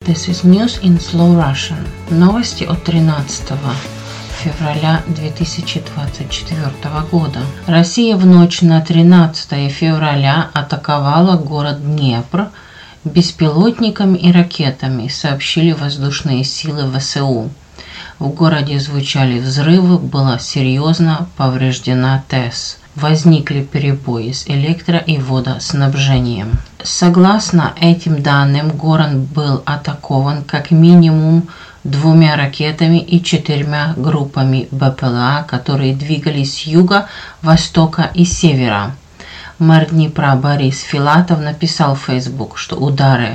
This is news in slow Russian. Новости от 13 февраля 2024 года. Россия в ночь на 13 февраля атаковала город Днепр беспилотниками и ракетами, сообщили воздушные силы ВСУ. В городе звучали взрывы, была серьезно повреждена ТЭС. Возникли перебои с электро- и водоснабжением. Согласно этим данным, город был атакован как минимум 2 ракетами и 4 группами БПЛА, которые двигались с юга, востока и севера. Мэр Днепра Борис Филатов написал в Facebook, что удары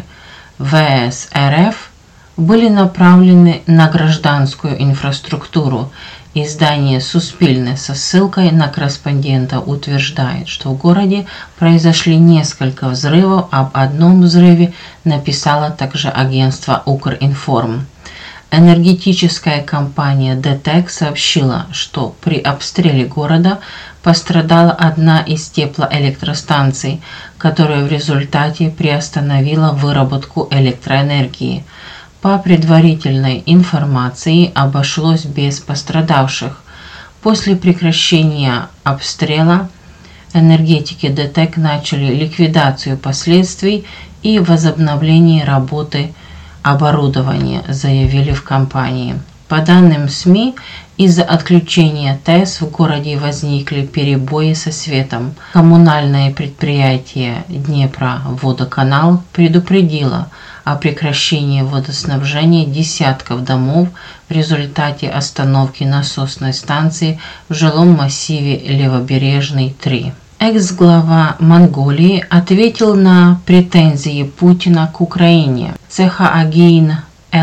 ВС РФ были направлены на гражданскую инфраструктуру. Издание «Суспильне» со ссылкой на корреспондента утверждает, что в городе произошли несколько взрывов, об одном взрыве написало также агентство «Укринформ». Энергетическая компания ДТЭК сообщила, что при обстреле города пострадала одна из теплоэлектростанций, которая в результате приостановила выработку электроэнергии. По предварительной информации обошлось без пострадавших. После прекращения обстрела энергетики ДТЭК начали ликвидацию последствий и возобновление работы оборудования, заявили в компании. По данным СМИ, из-за отключения ТЭС в городе возникли перебои со светом. Коммунальное предприятие Днепроводоканал предупредило о прекращении водоснабжения десятков домов в результате остановки насосной станции в жилом массиве Левобережный 3. Экс-глава Монголии ответил на претензии Путина к Украине. Цехаагин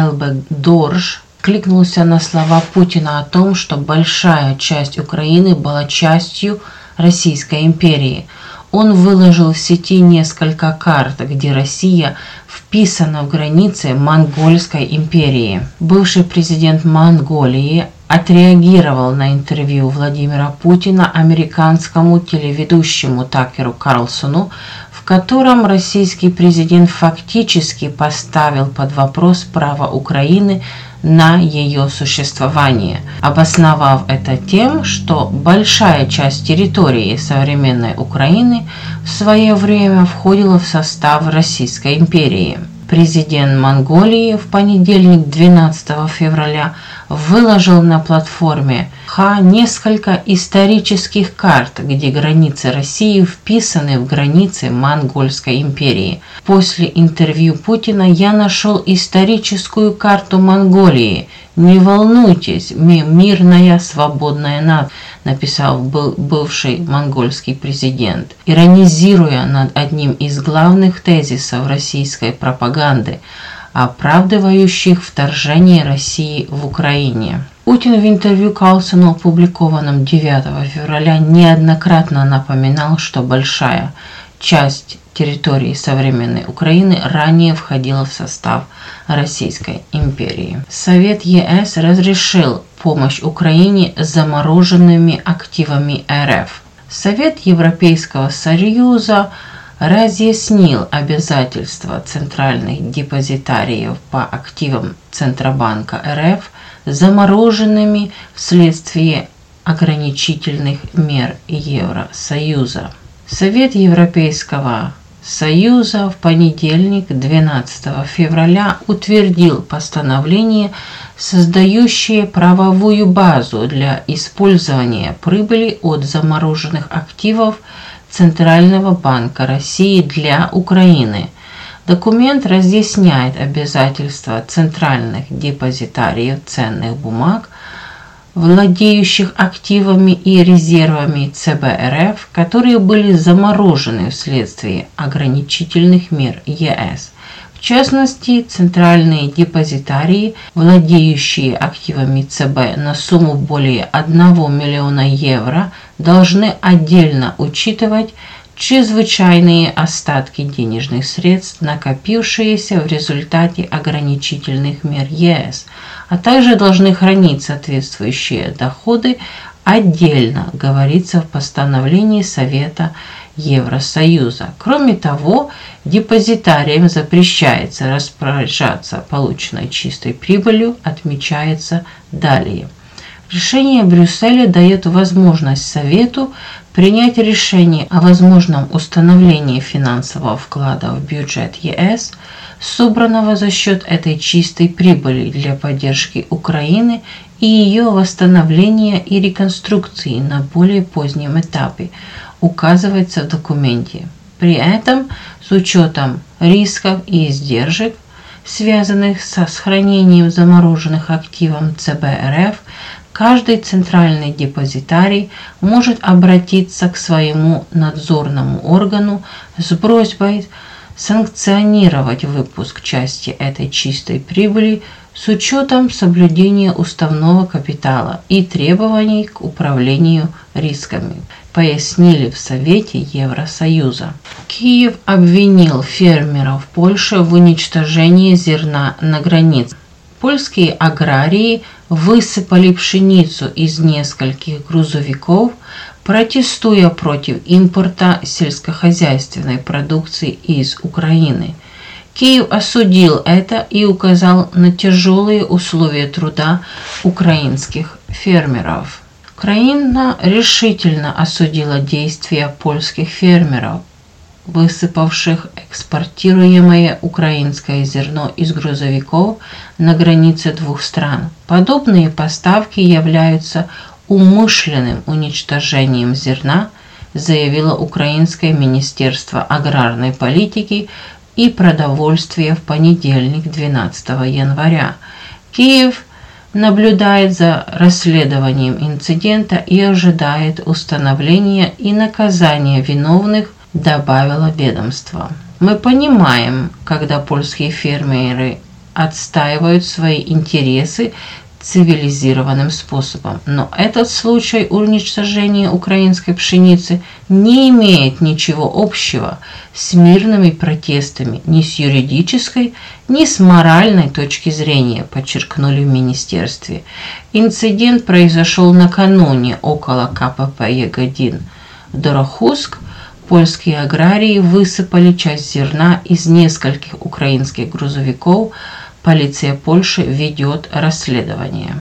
Элбек-Дорж кликнулся на слова Путина о том, что большая часть Украины была частью Российской империи. Он выложил в сети несколько карт, где Россия вписана в границы Монгольской империи. Бывший президент Монголии отреагировал на интервью Владимира Путина американскому телеведущему Такеру Карлсону, в котором российский президент фактически поставил под вопрос право Украины на ее существование, обосновав это тем, что большая часть территории современной Украины в свое время входила в состав Российской империи. Президент Монголии в понедельник, 12 февраля, выложил на платформе ХА несколько исторических карт, где границы России вписаны в границы Монгольской империи. После интервью Путина я нашел историческую карту Монголии. Не волнуйтесь, мы мирная, свободная нация, написал бывший монгольский президент, иронизируя над одним из главных тезисов российской пропаганды, оправдывающих вторжение России в Украине. Путин в интервью Карлсону, опубликованном 9 февраля, неоднократно напоминал, что большая часть территории современной Украины ранее входила в состав Российской империи. Совет ЕС разрешил помощь Украине с замороженными активами РФ. Совет Европейского Союза разъяснил обязательства центральных депозитариев по активам Центробанка РФ замороженными вследствие ограничительных мер Евросоюза. Совет Европейского Союза в понедельник, 12 февраля, утвердил постановление, создающее правовую базу для использования прибыли от замороженных активов Центрального банка России для Украины. Документ разъясняет обязательства центральных депозитариев ценных бумаг, владеющих активами и резервами ЦБ РФ, которые были заморожены вследствие ограничительных мер ЕС. В частности, центральные депозитарии, владеющие активами ЦБ на сумму более 1 миллиона евро, должны отдельно учитывать чрезвычайные остатки денежных средств, накопившиеся в результате ограничительных мер ЕС, а также должны хранить соответствующие доходы отдельно, говорится в постановлении Совета Евросоюза. Кроме того, депозитариям запрещается распоряжаться полученной чистой прибылью, отмечается далее. Решение Брюсселя дает возможность Совету принять решение о возможном установлении финансового вклада в бюджет ЕС, собранного за счет этой чистой прибыли для поддержки Украины и ее восстановления и реконструкции на более позднем этапе, указывается в документе. При этом, с учетом рисков и издержек, связанных со сохранением замороженных активов ЦБ РФ, каждый центральный депозитарий может обратиться к своему надзорному органу с просьбой санкционировать выпуск части этой чистой прибыли с учетом соблюдения уставного капитала и требований к управлению рисками, пояснили в Совете Евросоюза. Киев обвинил фермеров Польши в уничтожении зерна на границе. Польские аграрии высыпали пшеницу из нескольких грузовиков, протестуя против импорта сельскохозяйственной продукции из Украины. Киев осудил это и указал на тяжелые условия труда украинских фермеров. Украина решительно осудила действия польских фермеров, высыпавших экспортируемое украинское зерно из грузовиков на границе двух стран. Подобные поставки являются умышленным уничтожением зерна, заявило Украинское министерство аграрной политики и продовольствия в понедельник, 12 января. Киев наблюдает за расследованием инцидента и ожидает установления и наказания виновных, добавило ведомство. Мы понимаем, когда польские фермеры отстаивают свои интересы цивилизованным способом, но этот случай уничтожения украинской пшеницы не имеет ничего общего с мирными протестами ни с юридической, ни с моральной точки зрения, подчеркнули в министерстве. Инцидент произошел накануне около КПП Ягодин. В Дорохуск польские аграрии высыпали часть зерна из нескольких украинских грузовиков. Полиция Польши ведет расследование.